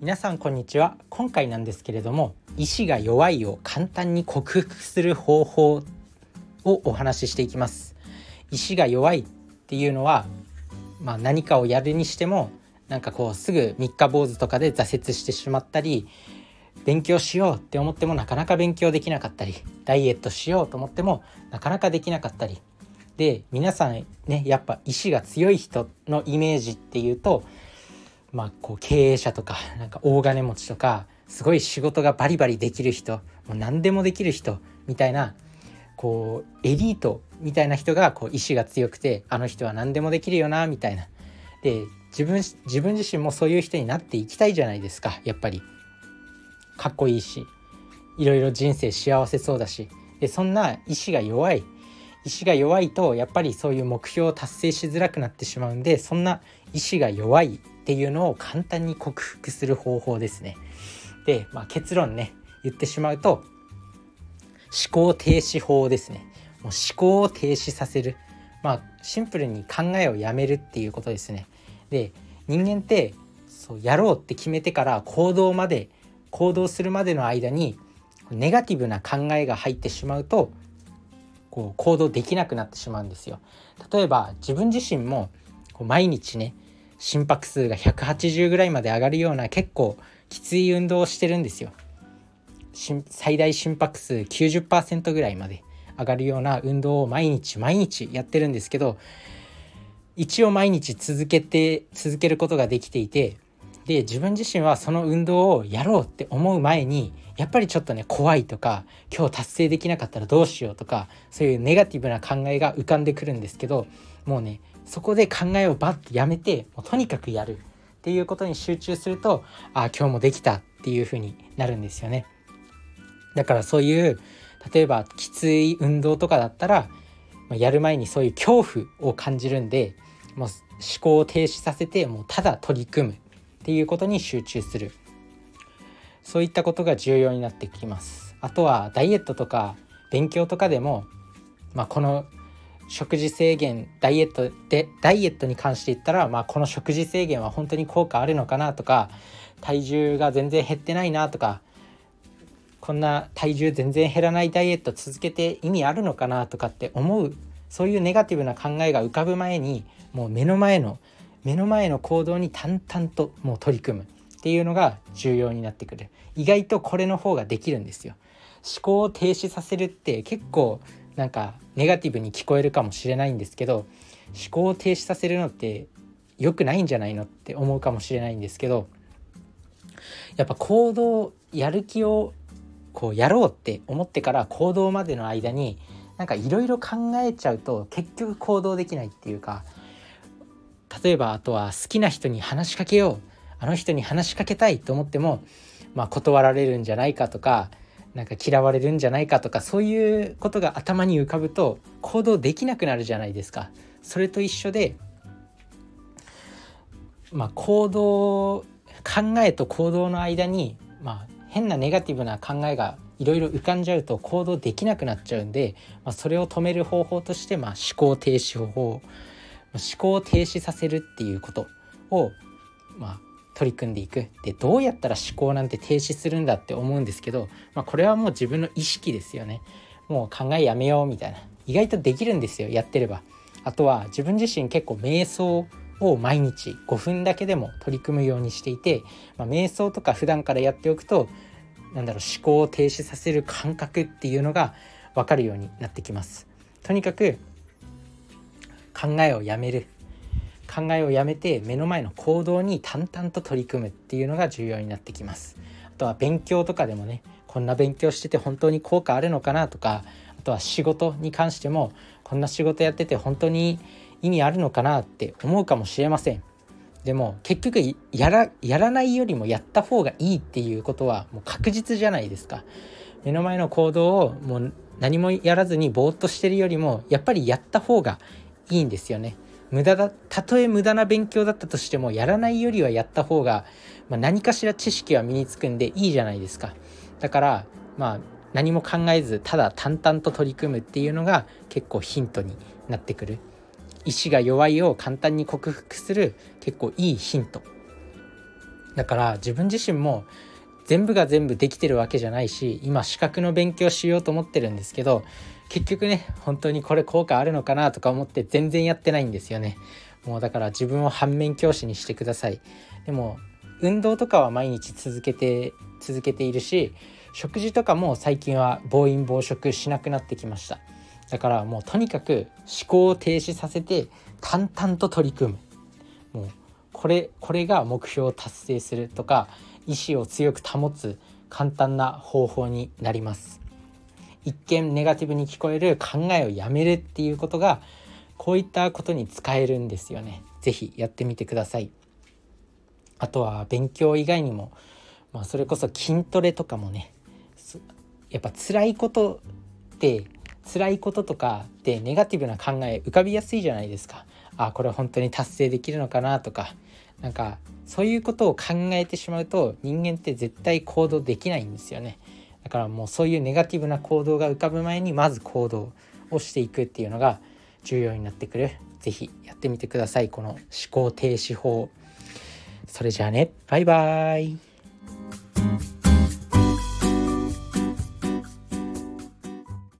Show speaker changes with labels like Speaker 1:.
Speaker 1: 皆さんこんにちは。今回なんですけれども、意志が弱いを簡単に克服する方法をお話ししていきます。意志が弱いっていうのは、何かをやるにしてもすぐ三日坊主とかで挫折してしまったり、勉強しようって思ってもなかなか勉強できなかったり、ダイエットしようと思ってもなかなかできなかったりで、皆さんね、やっぱ意志が強い人のイメージっていうと、経営者とか大金持ちとか、すごい仕事がバリバリできる人、もう何でもできる人みたいな、エリートみたいな人が意志が強くて、あの人は何でもできるよなみたいな。で、自分自身もそういう人になっていきたいじゃないですか。やっぱりかっこいいし、いろいろ人生幸せそうだし。で、そんな意志が弱いと、やっぱりそういう目標を達成しづらくなってしまうんで、そんな意志が弱いっていうのを簡単に克服する方法ですね。で、結論ね、言ってしまうと、思考停止法ですね。もう思考を停止させる。シンプルに考えをやめるっていうことですね。で、人間ってやろうって決めてから行動するまでの間にネガティブな考えが入ってしまうと、行動できなくなってしまうんですよ。例えば自分自身も毎日ね、心拍数が180ぐらいまで上がるような結構きつい運動をしてるんですよ。最大心拍数 90% ぐらいまで上がるような運動を毎日やってるんですけど、一応毎日続けることができていて、で、自分自身はその運動をやろうって思う前に、やっぱりちょっとね、怖いとか、今日達成できなかったらどうしようとか、そういうネガティブな考えが浮かんでくるんですけど、もうね、そこで考えをバッとやめて、もうとにかくやるっていうことに集中すると、今日もできたっていう風になるんですよね。だからそういう、例えばきつい運動とかだったら、やる前にそういう恐怖を感じるんで、もう思考を停止させて、もうただ取り組むっていうことに集中する。そういったことが重要になってきます。あとはダイエットとか勉強とかでも、この食事制限、ダイエットに関して言ったら、この食事制限は本当に効果あるのかなとか、体重が全然減ってないなとか、こんな体重全然減らないダイエット続けて意味あるのかなとかって思う、そういうネガティブな考えが浮かぶ前に、もう目の前の行動に淡々ともう取り組むっていうのが重要になってくる。意外とこれの方ができるんですよ。思考を停止させるって結構ネガティブに聞こえるかもしれないんですけど、思考を停止させるのって良くないんじゃないのって思うかもしれないんですけど、やっぱやる気をやろうって思ってから行動までの間にいろいろ考えちゃうと、結局行動できないっていうか、例えばあとは好きな人に話しかけよう、あの人に話しかけたいと思っても、断られるんじゃないかとか、嫌われるんじゃないかとか、そういうことが頭に浮かぶと行動できなくなるじゃないですか。それと一緒で、考えと行動の間に、変なネガティブな考えがいろいろ浮かんじゃうと行動できなくなっちゃうんで、それを止める方法として、思考停止方法、思考を停止させるっていうことを取り組んでいく。で、どうやったら思考なんて停止するんだって思うんですけど、これはもう自分の意識ですよね。もう考えやめようみたいな。意外とできるんですよ、やってれば。あとは自分自身結構瞑想を毎日5分だけでも取り組むようにしていて、瞑想とか普段からやっておくと、思考を停止させる感覚っていうのが分かるようになってきます。とにかく考えをやめて目の前の行動に淡々と取り組むっていうのが重要になってきます。あとは勉強とかでもね、こんな勉強してて本当に効果あるのかなとか、あとは仕事に関しても、こんな仕事やってて本当に意味あるのかなって思うかもしれません。でも結局やらないよりもやった方がいいっていうことはもう確実じゃないですか。目の前の行動をもう何もやらずにぼーっとしてるよりも、やっぱりやった方がいいんですよね。たとえ無駄な勉強だったとしても、やらないよりはやった方が、何かしら知識は身につくんでいいじゃないですか。だから何も考えず、ただ淡々と取り組むっていうのが結構ヒントになってくる。意志が弱いを簡単に克服する結構いいヒントだから自分自身も全部が全部できてるわけじゃないし、今資格の勉強しようと思ってるんですけど、結局ね本当にこれ効果あるのかなとか思って全然やってないんですよね。もうだから自分を反面教師にしてください。でも運動とかは毎日続けているし、食事とかも最近は暴飲暴食しなくなってきました。だからもうとにかく思考を停止させて淡々と取り組む、もうこれが目標を達成するとか意志を強く保つ簡単な方法になります。一見ネガティブに聞こえる考えをやめるっていうことがこういったことに使えるんですよね。ぜひやってみてください。あとは勉強以外にも、それこそ筋トレとかもね、やっぱ辛いこととかでネガティブな考え浮かびやすいじゃないですか。これ本当に達成できるのかなとか、なんかそういうことを考えてしまうと人間って絶対行動できないんですよね。だからもうそういうネガティブな行動が浮かぶ前にまず行動をしていくっていうのが重要になってくる。ぜひやってみてください、この思考停止法。それじゃあね、バイバイ。